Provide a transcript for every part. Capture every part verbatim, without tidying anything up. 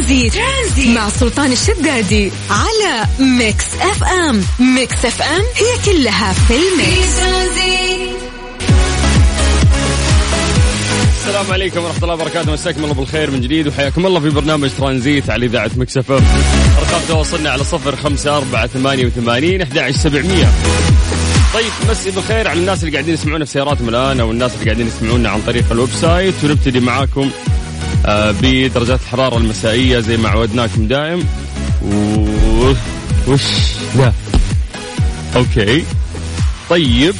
ترانزيت. ترانزيت مع سلطان الشدادي على ميكس اف ام. ميكس اف ام هي كلها في الميكس. السلام عليكم ورحمة الله وبركاته، مساكم الله بالخير من جديد وحياكم الله في برنامج ترانزيت على إذاعة ميكس اف ام. أرقام تواصلنا على صفر خمسة أربعة ثمانية وثمانين أحد عشر سبعمية. طيب مسي بالخير على الناس اللي قاعدين يسمعونا في سياراتهم الآن أو الناس اللي قاعدين يسمعونا عن طريق الويب سايت، ونبتدي معاكم آه بدرجات الحرارة المسائية زي ما عودناكم دائم. و... وش لا أوكي طيب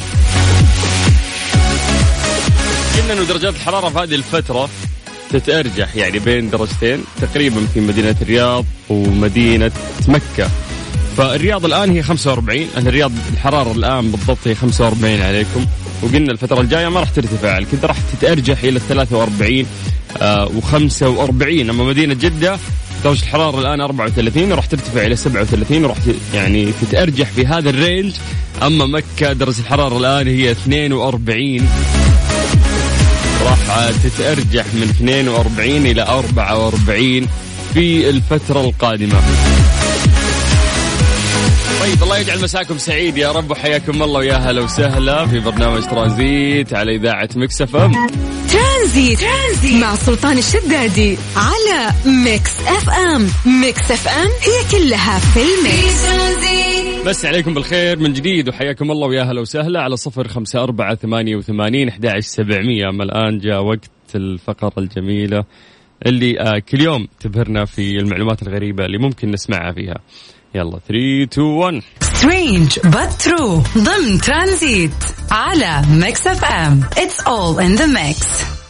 قلنا إنه درجات الحرارة في هذه الفترة تتأرجح يعني بين درجتين تقريبا في مدينة الرياض ومدينة مكة. فالرياض الآن هي خمسة وأربعين، أنا الرياض الحرارة الآن بالضبط هي خمسة وأربعين عليكم، وقلنا الفترة الجاية ما راح ترتفع كذا، راح تتأرجح إلى ثلاثة وأربعين آه وخمسة وأربعين. أما مدينة جدة درجة الحرارة الآن أربعة وثلاثين وراح ترتفع إلى سبعة وثلاثين وراح يعني تتأرجح في هذا الرينج. أما مكة درجة الحرارة الآن هي اثنين وأربعين، راح تتأرجح من اثنين وأربعين إلى أربعة وأربعين في الفترة القادمة. طيب الله يجعل مساكم سعيد يا رب، وحياكم الله ويا هلا وسهلا في برنامج ترانزيت على إذاعة ميكس اف ام. ترانزيت. ترانزيت مع سلطان الشدادي على ميكس اف ام. ميكس اف ام هي كلها في الميكس. بس عليكم بالخير من جديد وحياكم الله ويا هلا وسهلا على صفر خمسة أربعة ثمانية وثمانين أحد عشر سبعمية. أما الآن جاء وقت الفقرة الجميلة اللي آه كل يوم تبهرنا في المعلومات الغريبة اللي ممكن نسمعها فيها. يلا ثلاثة اثنين واحد. Strange but true ضمن ترانزيت على ميكس اف ام. It's all in the mix.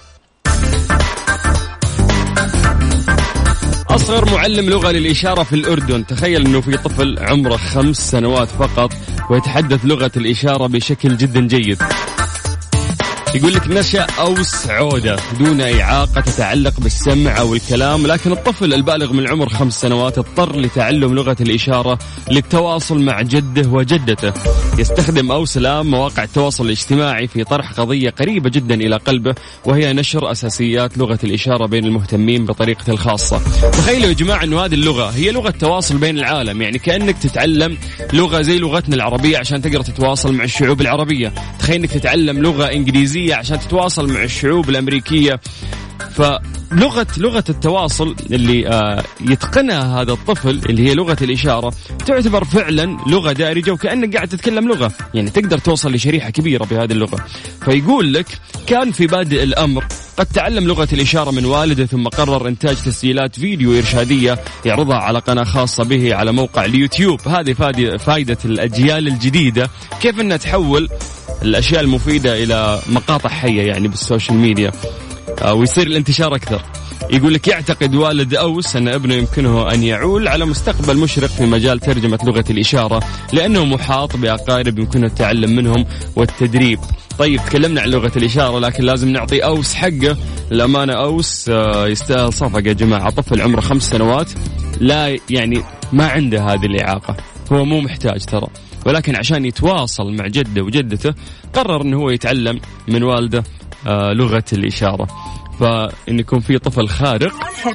أصغر معلم لغة للإشارة في الأردن، تخيل أنه في طفل عمره خمس سنوات فقط ويتحدث لغة الإشارة بشكل جدا جيد. يقول لك نشأ أوس عودة دون إعاقة تتعلق بالسمع أو الكلام، لكن الطفل البالغ من العمر خمس سنوات اضطر لتعلم لغة الإشارة للتواصل مع جده وجدته. يستخدم أوس الآن مواقع التواصل الاجتماعي في طرح قضية قريبة جدا إلى قلبه، وهي نشر أساسيات لغة الإشارة بين المهتمين بطريقته الخاصة. تخيلوا يا جماعة أنه هذه اللغة هي لغة تواصل بين العالم، يعني كأنك تتعلم لغة زي لغتنا العربية عشان تقدر تتواصل مع الشعوب العربية. تخيل أنك تتعلم لغة إنجليزية عشان تتواصل مع الشعوب الأمريكية. فلغة لغة التواصل اللي آه يتقنها هذا الطفل اللي هي لغة الإشارة تعتبر فعلا لغة دارجة، وكأنك قاعد تتكلم لغة، يعني تقدر توصل لشريحة كبيرة بهذه اللغة. فيقول لك كان في بادئ الأمر قد تعلم لغة الإشارة من والده، ثم قرر إنتاج تسجيلات فيديو إرشادية يعرضها على قناة خاصة به على موقع اليوتيوب. هذه فائدة الأجيال الجديدة، كيف أنها تحول الأشياء المفيدة إلى مقاطع حية يعني بالسوشيال ميديا ويصير الانتشار أكثر. يقول لك يعتقد والد أوس أن ابنه يمكنه أن يعول على مستقبل مشرق في مجال ترجمة لغة الإشارة، لأنه محاط بأقارب يمكنه التعلم منهم والتدريب. طيب تكلمنا عن لغة الإشارة، لكن لازم نعطي أوس حقه. الأمانة أوس يستاهل صفقة يا جماعة. طفل عمره خمس سنوات لا يعني ما عنده هذه الإعاقة، هو مو محتاج ترى، ولكن عشان يتواصل مع جده وجدته قرر أنه هو يتعلم من والده آه لغة الإشارة. فإن يكون في طفل خارق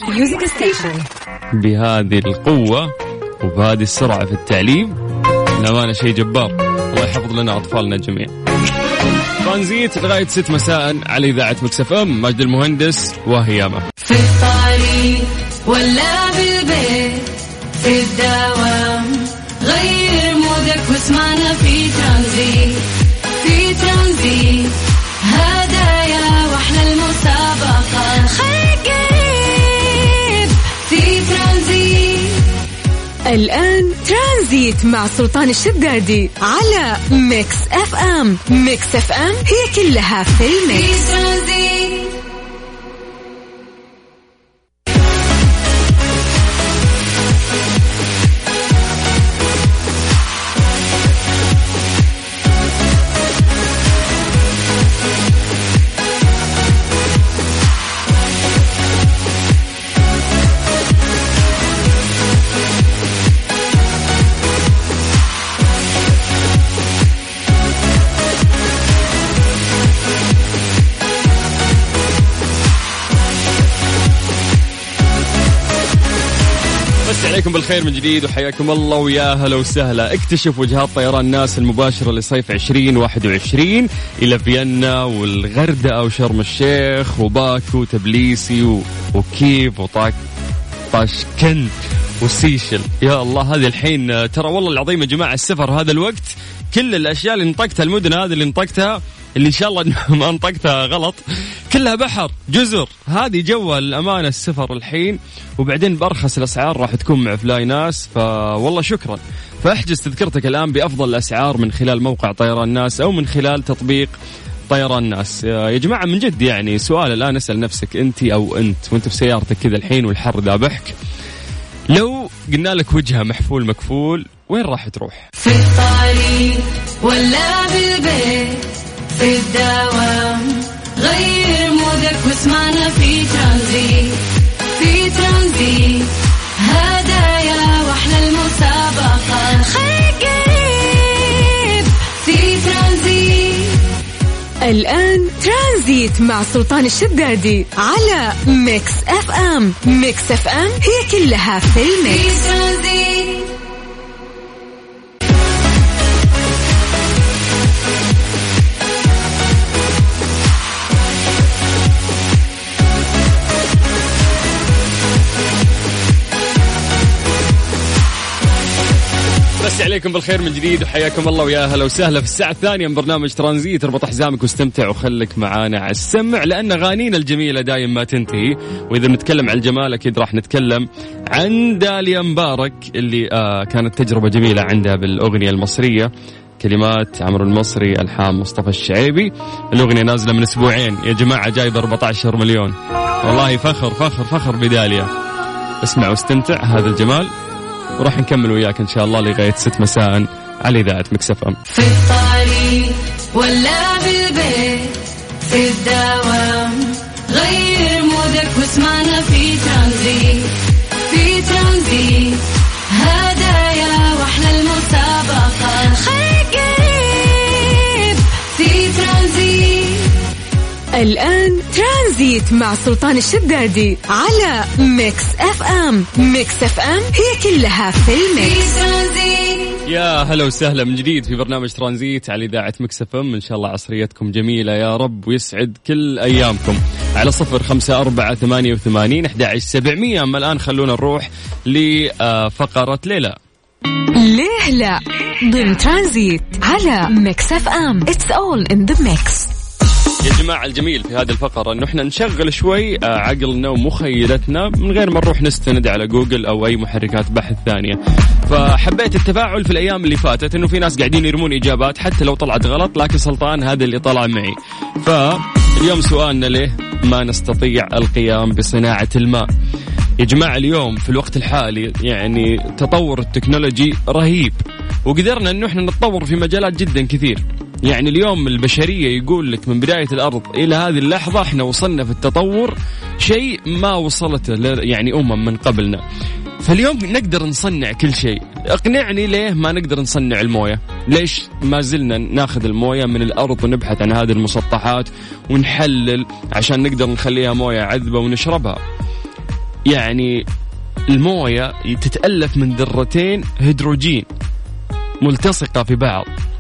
بهذه القوة وبهذه السرعة في التعليم، لأمانة شيء جبار. الله يحفظ لنا أطفالنا جميعا. ترانزيت لغاية ست مساء على إذاعة ميكس اف ام. ماجد المهندس وهيامة. في الطريق ولا بالبيت في الدوام غير مودك واسمعنا في ترانزيت. في ترانزيت هدايا واحلى المسابقة، خليك قريب في ترانزيت. الآن ترانزيت مع سلطان الشدادي على ميكس اف ام. ميكس اف ام هي كلها في الميكس. بس عليكم بالخير من جديد وحياكم الله ويا هلا وسهلا. اكتشف وجهات طيران ناس المباشرة لصيف عشرين واحد وعشرين إلى فيينا والغردقة وشرم الشيخ وباكو وتبليسي و... وكيف وطاك طاشكند وسيشل. يا الله هذه الحين ترى والله العظيم يا جماعة السفر هذا الوقت كل الأشياء اللي نطقتها المدن هذه اللي نطقتها اللي إن شاء الله ما نطقتها غلط كلها بحر جزر. هذه جوة الأمانة السفر الحين وبعدين بأرخص الأسعار راح تكون مع فلاي ناس فوالله شكرا. فاحجز تذكرتك الآن بأفضل الأسعار من خلال موقع طيران ناس أو من خلال تطبيق طيران ناس. يا جماعة من جد يعني سؤال الآن اسأل نفسك أنت أو أنت وأنت في سيارتك كذا الحين والحر ذابحك لو قلنا لك وجهة محفول مكفول وين راح تروح؟ في الطريق ولا بالبيت في الدوام غير مودك واسمعنا في ترانزيت. في ترانزيت هدايا واحلى المسابقة خليك قريب في ترانزيت. الآن ترانزيت مع سلطان الشدادي على ميكس اف ام. ميكس اف ام هي كلها في الميكس. في ترانزيت بس عليكم بالخير من جديد وحياكم الله ويا هلا وسهلا في الساعة الثانية من برنامج ترانزيت. اربط حزامك واستمتع وخلك معانا على السمع لأن أغانينا الجميلة دايم ما تنتهي. وإذا نتكلم عن الجمال أكيد راح نتكلم عن داليا مبارك اللي آه كانت تجربة جميلة عندها بالأغنية المصرية. كلمات عمرو المصري ألحان مصطفى الشعيبي. الأغنية نازلة من أسبوعين يا جماعة جايبة أربعة عشر مليون. والله فخر فخر فخر بداليا. اسمع واستمتع هذا الجمال وراح نكمل وياك إن شاء الله لغاية ست مساء على إذاعة ميكس اف ام. في الطريق ولا بالبيت في الدوام غير مودك واسمعنا في ترانزيت. في ترانزيت هدايا واحلى المسابقة خليك قريب في ترانزيت. الآن ترانزيت مع سلطان الشدادي على ميكس اف ام. ميكس اف ام هي كلها في الميكس. يا هلا وسهلا من جديد في برنامج ترانزيت على إذاعة ميكس اف ام. إن شاء الله عصريتكم جميلة يا رب ويسعد كل أيامكم. على صفر خمسة أربعة ثمانية وثمانين أحد عشر سبعمية. أما الآن خلونا نروح لفقرة ليلى. ليه لا ضمن ترانزيت على ميكس اف ام. It's all in the mix. يا جماعة الجميل في هذه الفقرة أنه إحنا نشغل شوي عقلنا ومخيلتنا من غير ما نروح نستند على جوجل أو أي محركات بحث ثانية. فحبيت التفاعل في الأيام اللي فاتت أنه في ناس قاعدين يرمون إجابات حتى لو طلعت غلط لكن سلطان هذا اللي طلع معي. فاليوم سؤالنا ليه ما نستطيع القيام بصناعة الماء؟ يا جماعة اليوم في الوقت الحالي يعني تطور التكنولوجي رهيب وقدرنا أنه إحنا نتطور في مجالات جدا كثير. يعني اليوم البشرية يقول لك من بداية الأرض إلى هذه اللحظة إحنا وصلنا في التطور شيء ما وصلت يعني أمم من قبلنا. فاليوم نقدر نصنع كل شيء. اقنعني ليه ما نقدر نصنع الموية؟ ليش ما زلنا ناخذ الموية من الأرض ونبحث عن هذه المسطحات ونحلل عشان نقدر نخليها موية عذبة ونشربها؟ يعني الموية تتألف من ذرتين هيدروجين ملتصقة في بعض.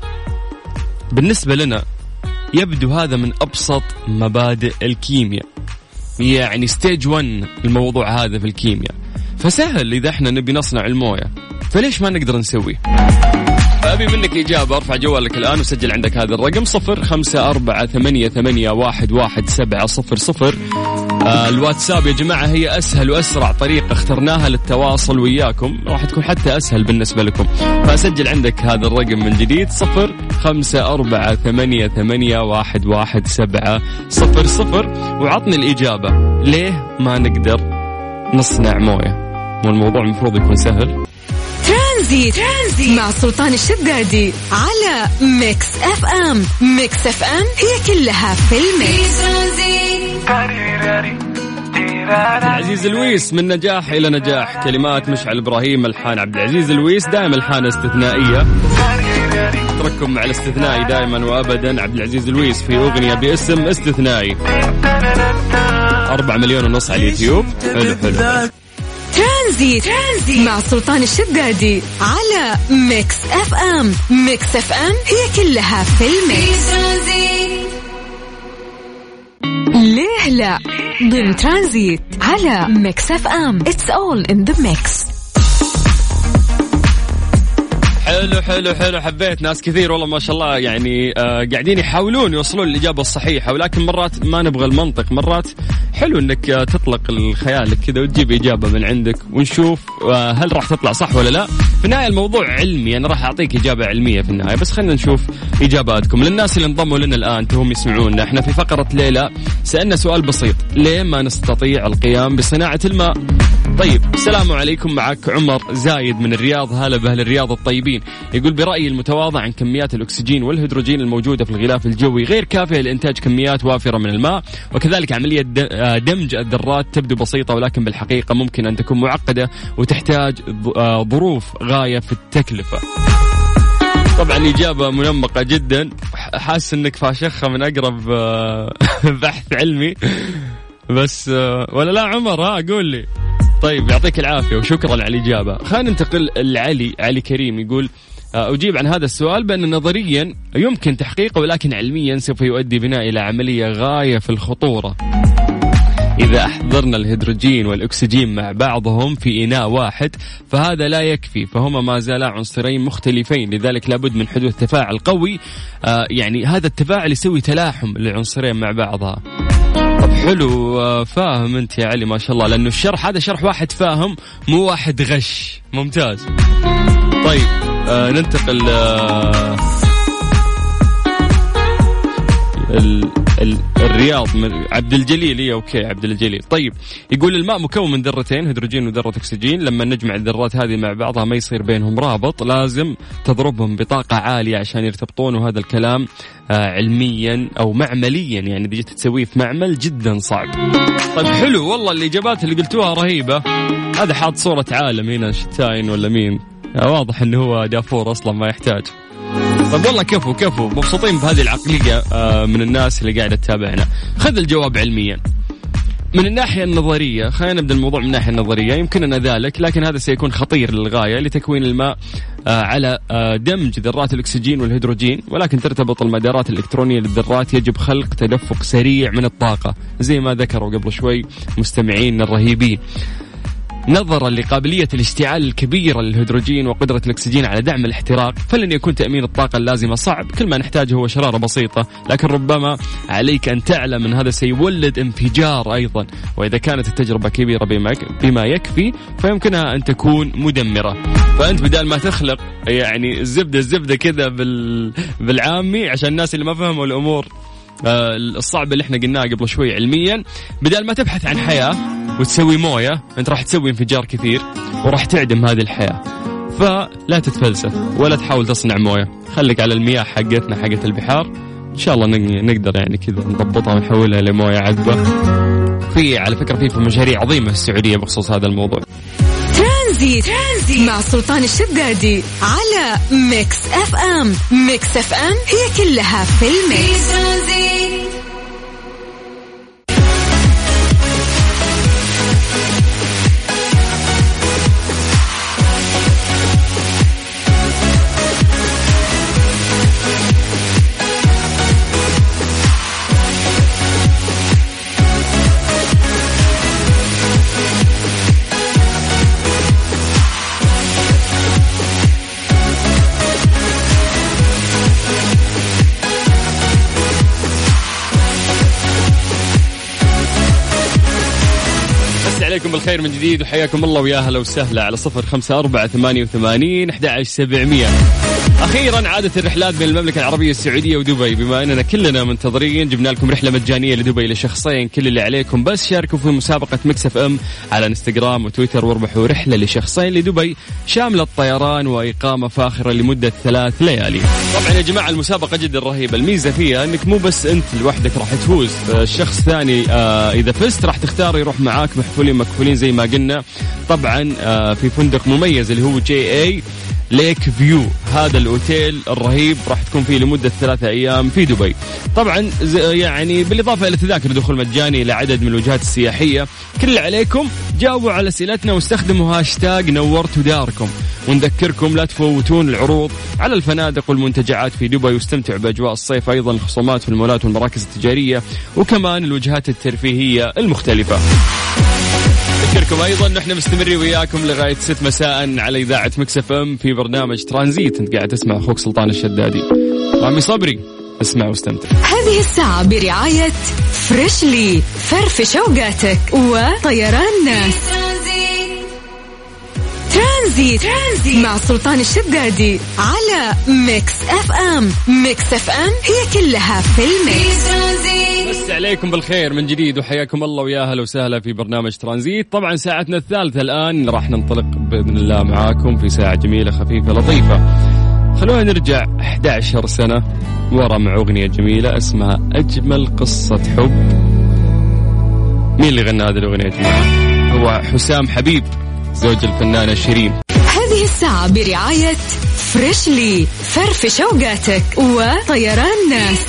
بالنسبة لنا يبدو هذا من أبسط مبادئ الكيمياء. يعني ستيج ون الموضوع هذا في الكيمياء. فسهل إذا احنا نبي نصنع الموية فليش ما نقدر نسوي؟ فأبي منك إجابة. ارفع جوالك الآن وسجل عندك هذا الرقم صفر خمسة أربعة ثمانية ثمانية واحد واحد سبعة صفر صفر. آه الواتساب يا جماعة هي أسهل وأسرع طريقة اخترناها للتواصل وياكم. راح تكون حتى أسهل بالنسبة لكم. فسجل عندك هذا الرقم من جديد صفر خمسة أربعة ثمانية ثمانية واحد واحد سبعة صفر صفر وعطني الإجابة ليه ما نقدر نصنع موية. والموضوع المفروض يكون سهل. ترانزيت. ترانزيت مع سلطان الشدادي على ميكس اف ام. ميكس اف ام هي كلها في الميكس. العزيز لويس من نجاح إلى نجاح. كلمات مشعل إبراهيم الحان عبد العزيز لويس. دائما الحان استثنائية اترككم مع الاستثنائي دائما وأبدا. عبد العزيز لويس في أغنية باسم استثنائي. أربعة مليون ونص على اليوتيوب. حلو حلو. ترانزيت, ترانزيت مع سلطان الشدادي على ميكس اف ام. ميكس اف ام هي كلها في الميكس. ليه لا ضمن ترانزيت على ميكس اف ام. It's all in the mix. حلو حلو حلو. حبيت ناس كثير والله ما شاء الله يعني آه قاعدين يحاولون يوصلون الإجابة الصحيحة، ولكن مرات ما نبغى المنطق. مرات حلو انك آه تطلق الخيال كذا وتجيب إجابة من عندك ونشوف آه هل راح تطلع صح ولا لا. في النهاية الموضوع علمي، أنا راح أعطيك إجابة علمية في النهاية، بس خلينا نشوف إجاباتكم. للناس اللي انضموا لنا الآن توهم يسمعونا، احنا في فقرة ليلى سألنا سؤال بسيط: ليه ما نستطيع القيام بصناعة الماء؟ طيب السلام عليكم، معك عمر زايد من الرياض. هلا بأهل الرياض الطيبين. يقول برأيي المتواضع عن كميات الأكسجين والهيدروجين الموجودة في الغلاف الجوي غير كافية لإنتاج كميات وافرة من الماء، وكذلك عملية دمج الذرات تبدو بسيطة ولكن بالحقيقة ممكن أن تكون معقدة وتحتاج ظروف غاية في التكلفة. طبعا إجابة منمقة جدا، حاسس أنك فاشخة من أقرب بحث علمي، بس ولا لا عمر؟ ها قول لي. طيب يعطيك العافية وشكرا على الإجابة. خلينا ننتقل لعلي. علي كريم يقول أجيب عن هذا السؤال بأن نظريا يمكن تحقيقه، ولكن علميا سوف يؤدي بنا إلى عملية غاية في الخطورة. إذا أحضرنا الهيدروجين والأكسجين مع بعضهم في إناء واحد فهذا لا يكفي، فهما ما زالا عنصرين مختلفين، لذلك لابد من حدوث تفاعل قوي. آه يعني هذا التفاعل يسوي تلاحم للعنصرين مع بعضها. طب حلو، آه فاهم أنت يا علي ما شاء الله، لأنه الشرح هذا شرح واحد فاهم مو واحد غش. ممتاز. طيب آه ننتقل آه ال ال الرياض. عبد الجليل. إيه أوكي عبد الجليل. طيب يقول الماء مكون من ذرتين هيدروجين وذرة أكسجين، لما نجمع الذرات هذه مع بعضها ما يصير بينهم رابط، لازم تضربهم بطاقة عالية عشان يرتبطون، وهذا الكلام آه علميا أو معمليا يعني إذا جيت تسويه في معمل جدا صعب. طيب حلو والله الإجابات اللي قلتوها رهيبة. هذا حاط صورة عالم هنا، شتاين ولا مين؟ آه واضح إنه هو دافور أصلا ما يحتاج. طب والله كفو كفو، مبسوطين بهذه العقلية من الناس اللي قاعدة تتابعنا. خذ الجواب علميا. من الناحية النظرية، خلينا نبدأ الموضوع من الناحية النظرية، يمكننا ذلك، لكن هذا سيكون خطير للغاية لتكوين الماء على دمج ذرات الأكسجين والهيدروجين، ولكن ترتبط المدارات الإلكترونية للذرات يجب خلق تدفق سريع من الطاقة زي ما ذكروا قبل شوي مستمعين الرهيبين. نظرا لقابلية الاشتعال الكبيرة للهيدروجين وقدرة الأكسجين على دعم الاحتراق، فلن يكون تأمين الطاقة اللازمة صعب. كل ما نحتاجه هو شرارة بسيطة، لكن ربما عليك أن تعلم أن هذا سيولد انفجار أيضا، وإذا كانت التجربة كبيرة بما يكفي فيمكنها أن تكون مدمرة. فأنت بدال ما تخلق يعني الزبدة الزبدة كذا بالعامي عشان الناس اللي ما فهموا الأمور الصعب اللي احنا قلناه قبل شوي علميا، بدال ما تبحث عن حياة وتسوي موية، انت راح تسوي انفجار كثير وراح تعدم هذه الحياة. فلا تتفلسف ولا تحاول تصنع موية، خليك على المياه حقتنا حقت البحار، ان شاء الله نقدر يعني كذا نضبطها ونحولها لموية عذبة. في على فكرة في, في مشاريع عظيمة في السعودية بخصوص هذا الموضوع. ترانزيت, ترانزيت مع سلطان الشدادي على ميكس اف ام. ميكس اف ام هي كلها في الميكس. عليكم بالخير من جديد وحياكم الله ويا اهلا وسهلا على صفر خمسة أربعة ثمانية وثمانين أحد عشر سبعمية. أخيرا عادت الرحلات بين المملكة العربية السعودية ودبي، بما أننا كلنا منتظرين جبنا لكم رحلة مجانية لدبي لشخصين. كل اللي عليكم بس شاركوا في مسابقة ميكس اف ام على انستغرام وتويتر واربحوا رحلة لشخصين لدبي شاملة الطيران وإقامة فاخرة لمدة ثلاث ليالي. طبعا يا جماعة المسابقة جدا رهيبة، الميزة فيها أنك مو بس أنت لوحدك راح تفوز، الشخص ثاني آه إذا فزت راح تختار يروح معاك محفولين مكفولين زي ما قلنا، طبعا آه في فندق مميز اللي هو جي اي ليك فيو. هذا الأوتيل الرهيب راح تكون فيه لمدة ثلاثة أيام في دبي. طبعا يعني بالإضافة إلى تذاكر دخول مجاني إلى عدد من الوجهات السياحية. كل اللي عليكم جاوبوا على أسئلتنا واستخدموا هاشتاج نورتوا داركم، ونذكركم لا تفوتون العروض على الفنادق والمنتجعات في دبي، واستمتعوا بأجواء الصيف، أيضا الخصومات في المولات والمراكز التجارية، وكمان الوجهات الترفيهية المختلفة. أذكركم أيضا نحن مستمرين وياكم لغاية ست مساء على إذاعة ميكس اف ام في برنامج ترانزيت. أنت قاعد تسمع أخوك سلطان الشدادي. رامي صبري، اسمع واستمتع. هذه الساعة برعاية فريشلي، فرفش اوقاتك، وطيران ناس. ترانزيت. ترانزيت مع سلطان الشدادي على ميكس اف ام. ميكس اف ام هي كلها في الميكس. بس عليكم بالخير من جديد وحياكم الله ويا اهلا وسهلا في برنامج ترانزيت. طبعا ساعتنا الثالثة الآن راح ننطلق بإذن الله معاكم في ساعة جميلة خفيفة لطيفة. خلونا نرجع إحدى عشرة سنة ورا مع أغنية جميلة اسمها أجمل قصة حب. مين اللي غنى هذه الأغنية يا جماعة؟ هو حسام حبيب زوج الفنانة شيرين. هذه الساعة برعاية فريشلي، فرفش اوقاتك، وطيران ناس.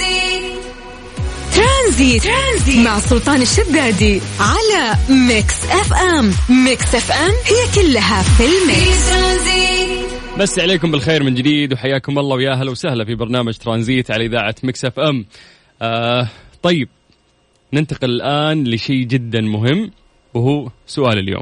ترانزيت. ترانزيت مع سلطان الشدادي على ميكس اف ام. ميكس اف ام هي كلها في الميكس. بس عليكم بالخير من جديد وحياكم الله ويا اهلا وسهلا في برنامج ترانزيت على إذاعة ميكس اف ام. آه طيب ننتقل الآن لشيء جدا مهم وهو سؤال اليوم.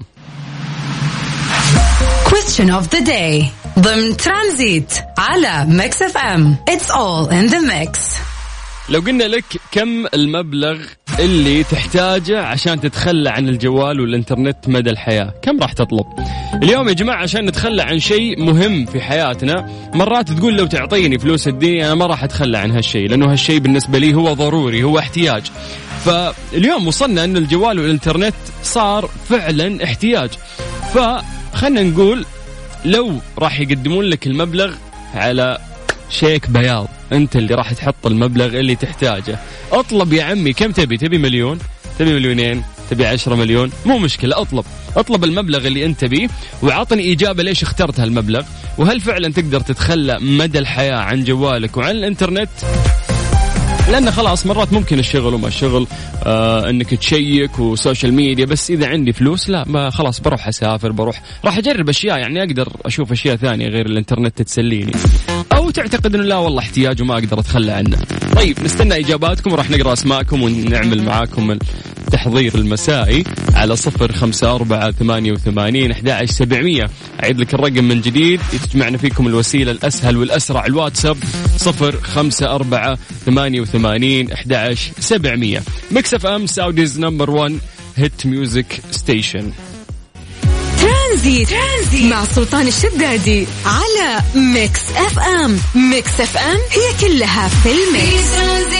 Question of the day ضمن ترانزيت على ميكس اف ام. It's all in the mix. لو قلنا لك كم المبلغ اللي تحتاجه عشان تتخلى عن الجوال والإنترنت مدى الحياة، كم راح تطلب؟ اليوم يا جماعة عشان نتخلى عن شيء مهم في حياتنا مرات تقول لو تعطيني فلوس الدنيا أنا ما راح أتخلى عن هالشيء، لأنه هالشيء بالنسبة لي هو ضروري، هو احتياج. فاليوم وصلنا أن الجوال والإنترنت صار فعلا احتياج. فخلنا نقول لو راح يقدمون لك المبلغ على شيك بياض، أنت اللي راح تحط المبلغ اللي تحتاجه، أطلب يا عمي كم تبي؟ تبي مليون؟ تبي مليونين؟ تبي عشرة مليون؟ مو مشكلة، أطلب أطلب المبلغ اللي أنت بيه وعطني إجابة ليش اخترت هالمبلغ، وهل فعلا تقدر تتخلى مدى الحياة عن جوالك وعن الإنترنت؟ لأن خلاص مرات ممكن الشغل وما الشغل آه أنك تشيك وسوشيال ميديا، بس إذا عندي فلوس لا ما خلاص بروح أسافر، بروح راح أجرب أشياء، يعني أقدر أشوف أشياء ثانية غير الإنترنت تسليني. أو تعتقد أنه لا والله احتياج وما أقدر أتخلى عنه. طيب نستنى إجاباتكم وراح نقرأ أسماءكم ونعمل معاكم التحضير المسائي على صفر خمسة أربعة ثمانية وثمانين أحد عشر سبعمية. أعيد لك الرقم من جديد تجمعنا فيكم الوسيلة الأسهل والأسرع، الواتساب صفر خمسة أربعة ثمانية وثمانين أحد عشر سبعمية. ميكس اف ام سعوديز نمبر ون هيت ميوزك ستيشن. ترانزيت. ترانزيت مع سلطان الشدادي على ميكس اف ام. ميكس اف ام هي كلها في الميكس.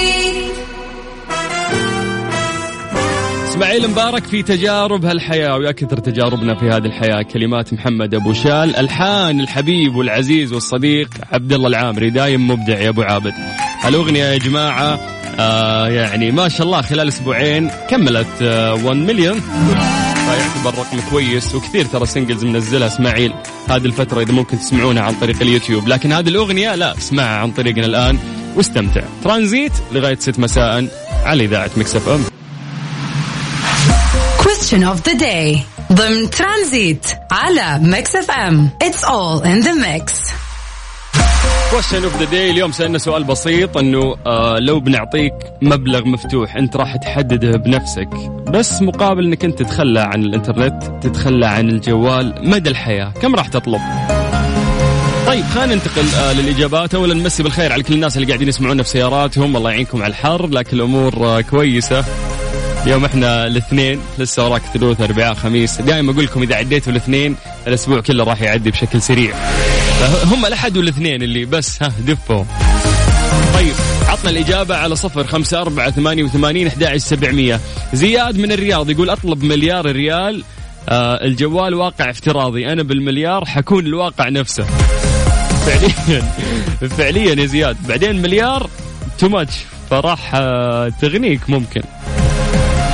اسماعيل مبارك في تجارب هالحياة، ويا كثر تجاربنا في هذه الحياة. كلمات محمد أبو شال، ألحان الحبيب والعزيز والصديق عبد الله العامري. دايم مبدع يا أبو عابد. الأغنية يا جماعة آه يعني ما شاء الله خلال أسبوعين كملت آه واحد مليون، فيعتبر رقم كويس. وكثير ترى سينجلز منزلها اسماعيل هذه الفترة إذا ممكن تسمعونها عن طريق اليوتيوب، لكن هذه الأغنية لا، اسمعها عن طريقنا الآن واستمتع. ترانزيت لغاية ست مساء على إذاعة ميكس اف ام. Question of the day ضمن ترانزيت على ميكس اف ام. It's all in the mix. Question of the day اليوم سألنا سؤال بسيط انه آه لو بنعطيك مبلغ مفتوح انت راح تحدده بنفسك، بس مقابل انك انت تتخلى عن الانترنت، تتخلى عن الجوال مدى الحياة، كم راح تطلب؟ طيب خلينا ننتقل آه للإجابات. أولا نمسي بالخير على كل الناس اللي قاعدين يسمعونا في سياراتهم، الله يعينكم على الحر، لكن الأمور آه كويسة. اليوم احنا الاثنين، لسه وراك ثلاث أربعاء خميس. دائما أقول لكم إذا عديتوا الاثنين الأسبوع كله راح يعدي بشكل سريع، هم الأحد والاثنين اللي بس ها دفوا. طيب عطنا الإجابة على صفر خمسة أربعة ثمانية وثمانين أحد عشر سبعمية. زياد من الرياض يقول أطلب مليار ريال. آه الجوال واقع افتراضي، أنا بالمليار حكون الواقع نفسه. فعليا فعليا يا زياد، بعدين مليار تو ماتش فراح آه تغنيك ممكن.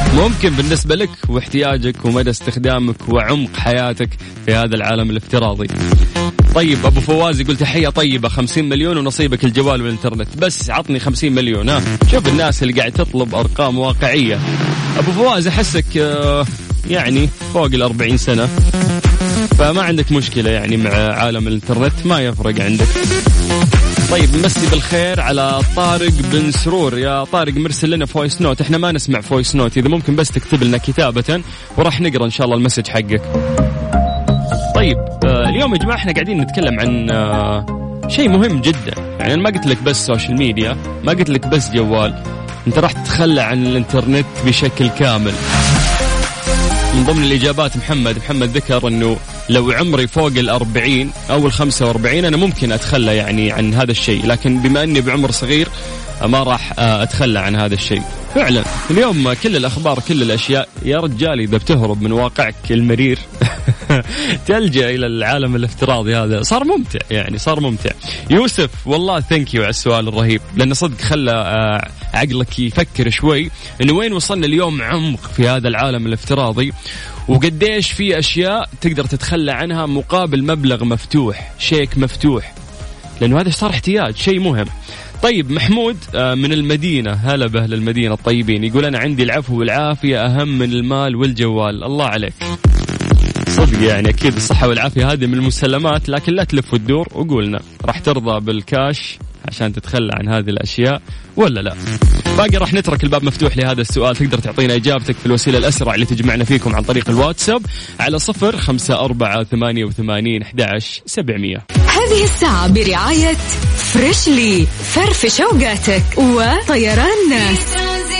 ممكن بالنسبة لك واحتياجك ومدى استخدامك وعمق حياتك في هذا العالم الافتراضي. طيب أبو فواز يقول تحية طيبة، خمسين مليون ونصيبك الجوال والإنترنت، بس عطني خمسين مليون. ها شوف الناس اللي قاعد تطلب أرقام واقعية. أبو فواز أحسك يعني فوق الأربعين سنة، فما عندك مشكلة يعني مع عالم الإنترنت، ما يفرق عندك. طيب نمسي بالخير على طارق بن سرور. يا طارق مرسل لنا فويس نوت، احنا ما نسمع فويس نوت، إذا ممكن بس تكتب لنا كتابة وراح نقرأ إن شاء الله المسج حقك. طيب آه اليوم يا جماعة احنا قاعدين نتكلم عن آه شيء مهم جدا. يعني أنا ما قلت لك بس سوشيال ميديا، ما قلت لك بس جوال، انت راح تتخلى عن الانترنت بشكل كامل. من ضمن الإجابات محمد محمد ذكر أنه لو عمري فوق الأربعين أو الخمسة وأربعين أنا ممكن أتخلى يعني عن هذا الشيء، لكن بما أني بعمر صغير ما راح أتخلى عن هذا الشيء. فعلا اليوم كل الأخبار كل الأشياء يا رجال إذا بتهرب من واقعك المرير تلجأ إلى العالم الافتراضي هذا. صار ممتع يعني صار ممتع. يوسف والله ثانك يو على السؤال الرهيب، لأن صدق خلى عقلك يفكر شوي إنه وين وصلنا اليوم عمق في هذا العالم الافتراضي، وقديش في أشياء تقدر تتخلى عنها مقابل مبلغ مفتوح، شيك مفتوح، لأنه هذا صار احتياج شيء مهم. طيب محمود من المدينة، هلا بأهل المدينة الطيبين، يقول أنا عندي العفو والعافية أهم من المال والجوال. الله عليك، صدق يعني أكيد الصحة والعافية هذه من المسلمات، لكن لا تلف وتدور وقولنا راح ترضى بالكاش عشان تتخلى عن هذه الأشياء ولا لا؟ باقي راح نترك الباب مفتوح لهذا السؤال، تقدر تعطينا إجابتك في الوسيلة الأسرع اللي تجمعنا فيكم عن طريق الواتساب على صفر خمسة أربعة ثمانية وثمانين أحد عشر سبعمية. هذه الساعة برعاية فريشلي، فرفش اوقاتك، وطيران ناس.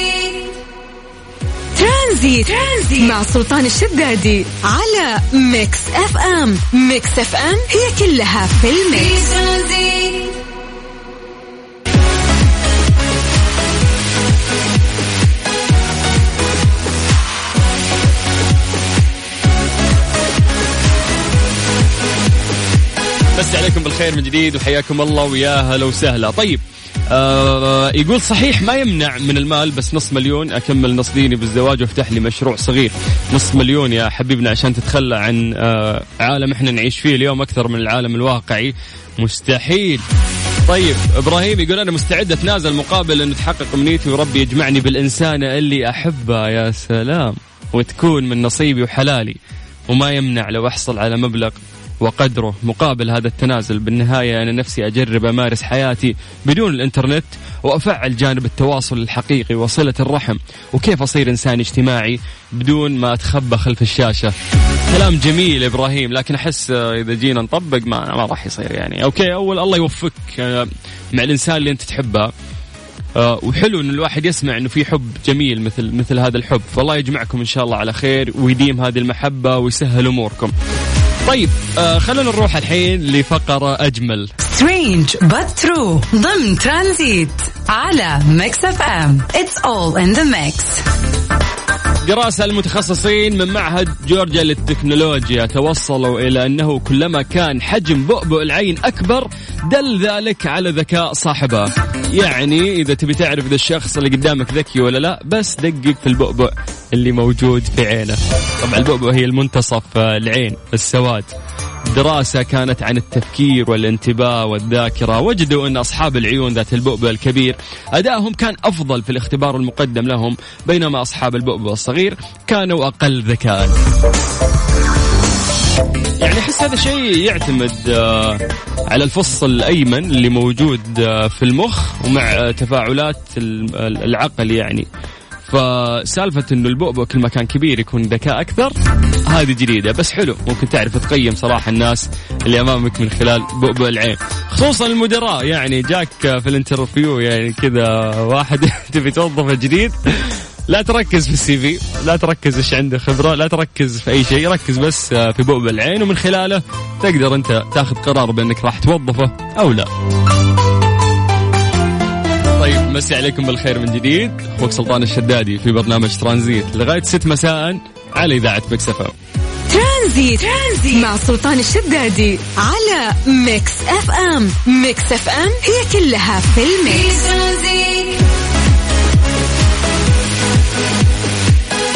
ترانزيت. ترانزيت مع سلطان الشدادي على ميكس اف ام. ميكس اف ام هي كلها في الميكس. بس عليكم بالخير من جديد وحياكم الله ويا هلا وسهلا. طيب آه يقول صحيح ما يمنع من المال، بس نص مليون أكمل نص ديني بالزواج وافتح لي مشروع صغير. نص مليون يا حبيبنا عشان تتخلى عن آه عالم احنا نعيش فيه اليوم أكثر من العالم الواقعي؟ مستحيل. طيب إبراهيم يقول أنا مستعد أتنازل مقابل أن تحقق أمنيتي وربي يجمعني بالإنسانة اللي أحبها. يا سلام، وتكون من نصيبي وحلالي، وما يمنع لو أحصل على مبلغ وقدره مقابل هذا التنازل. بالنهاية أنا نفسي أجرب أمارس حياتي بدون الإنترنت وأفعل جانب التواصل الحقيقي وصلة الرحم، وكيف أصير إنسان اجتماعي بدون ما أتخبى خلف الشاشة. كلام جميل إبراهيم، لكن أحس إذا جينا نطبق ما, ما راح يصير يعني. أوكي، أول الله يوفقك مع الإنسان اللي أنت تحبه، وحلو إن الواحد يسمع إنه في حب جميل مثل مثل هذا الحب، فالله يجمعكم إن شاء الله على خير ويديم هذه المحبة ويسهل أموركم. طيب آه خلونا نروح الحين لفقرة أجمل. Strange but true ضمن ترانزيت على ميكس اف ام. It's all in the mix. دراسة المتخصصين من معهد جورجيا للتكنولوجيا توصلوا إلى أنه كلما كان حجم بؤبؤ العين أكبر دل ذلك على ذكاء صاحبه. يعني إذا تبي تعرف إذا الشخص اللي قدامك ذكي ولا لا، بس دقق في البؤبؤ اللي موجود في عينه. طبعا البؤبؤ هي المنتصف العين السواد. دراسة كانت عن التفكير والانتباه والذاكرة، وجدوا أن أصحاب العيون ذات البؤبؤ الكبير أدائهم كان أفضل في الاختبار المقدم لهم، بينما أصحاب البؤبؤ الصغير كانوا أقل ذكاء. يعني أحس هذا شيء يعتمد على الفص الأيمن اللي موجود في المخ ومع تفاعلات العقل يعني. فسالفة إنه البؤبؤ كل ما كان كبير يكون ذكاء أكثر هذه جديدة، بس حلو ممكن تعرف تقيم صراحة الناس اللي أمامك من خلال بؤبؤ العين، خصوصا المدراء. يعني جاك في الانترفيو يعني كذا واحد تبي توظفه جديد، لا تركز في السي في، لا تركز إيش عنده خبرة، لا تركز في أي شيء، ركز بس في بؤبؤ العين، ومن خلاله تقدر أنت تاخذ قرار بأنك راح توظفه أو لا. طيب مسي عليكم بالخير من جديد، أخوك سلطان الشدادي في برنامج ترانزيت لغاية ست مساء على إذاعة ميكس اف ام. ترانزيت. ترانزيت مع سلطان الشدادي على ميكس اف ام. ميكس اف ام هي كلها في الميكس.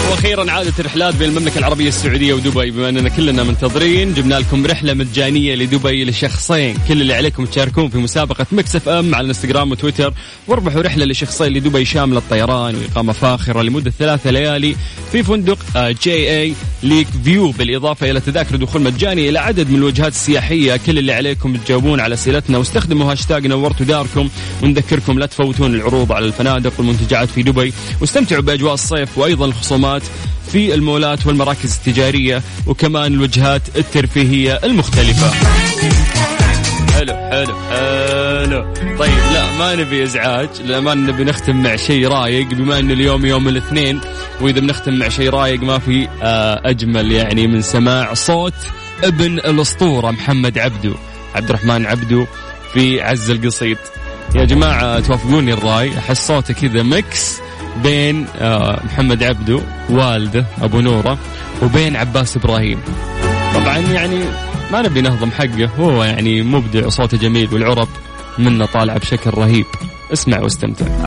واخيرا عادت الرحلات بين المملكه العربيه السعوديه ودبي. بما اننا كلنا منتظرين جبنا لكم رحله مجانيه لدبي لشخصين. كل اللي عليكم تشاركون في مسابقه ميكس اف ام على الانستغرام وتويتر واربحوا رحله لشخصين لدبي شامله الطيران واقامه فاخره لمده ثلاثة ليالي في فندق جي اي ليك فيو، بالاضافه الى تذاكر دخول مجاني الى عدد من الوجهات السياحيه. كل اللي عليكم تجاوبون على اسئلتنا واستخدموا هاشتاج نورتوا داركم، ونذكركم لا تفوتون العروض على الفنادق والمنتجعات في دبي، واستمتعوا باجواء الصيف وايضا الخصومات في المولات والمراكز التجاريه وكمان الوجهات الترفيهيه المختلفه. حلو حلو حلو. طيب لا ما نبي ازعاج، لا نبي نختم مع شيء رايق بما انه اليوم يوم الاثنين، واذا بنختم مع شيء رايق ما في اجمل يعني من سماع صوت ابن الاسطوره محمد عبدو، عبد الرحمن عبدو في عز القصيد. يا جماعه توافقوني الراي، احس صوته كذا ميكس بين محمد عبدو والده ابو نوره وبين عباس ابراهيم. طبعا يعني ما نبي نهضم حقه، هو يعني مبدع وصوته جميل والعرب منه طالعه بشكل رهيب. اسمع واستمتع.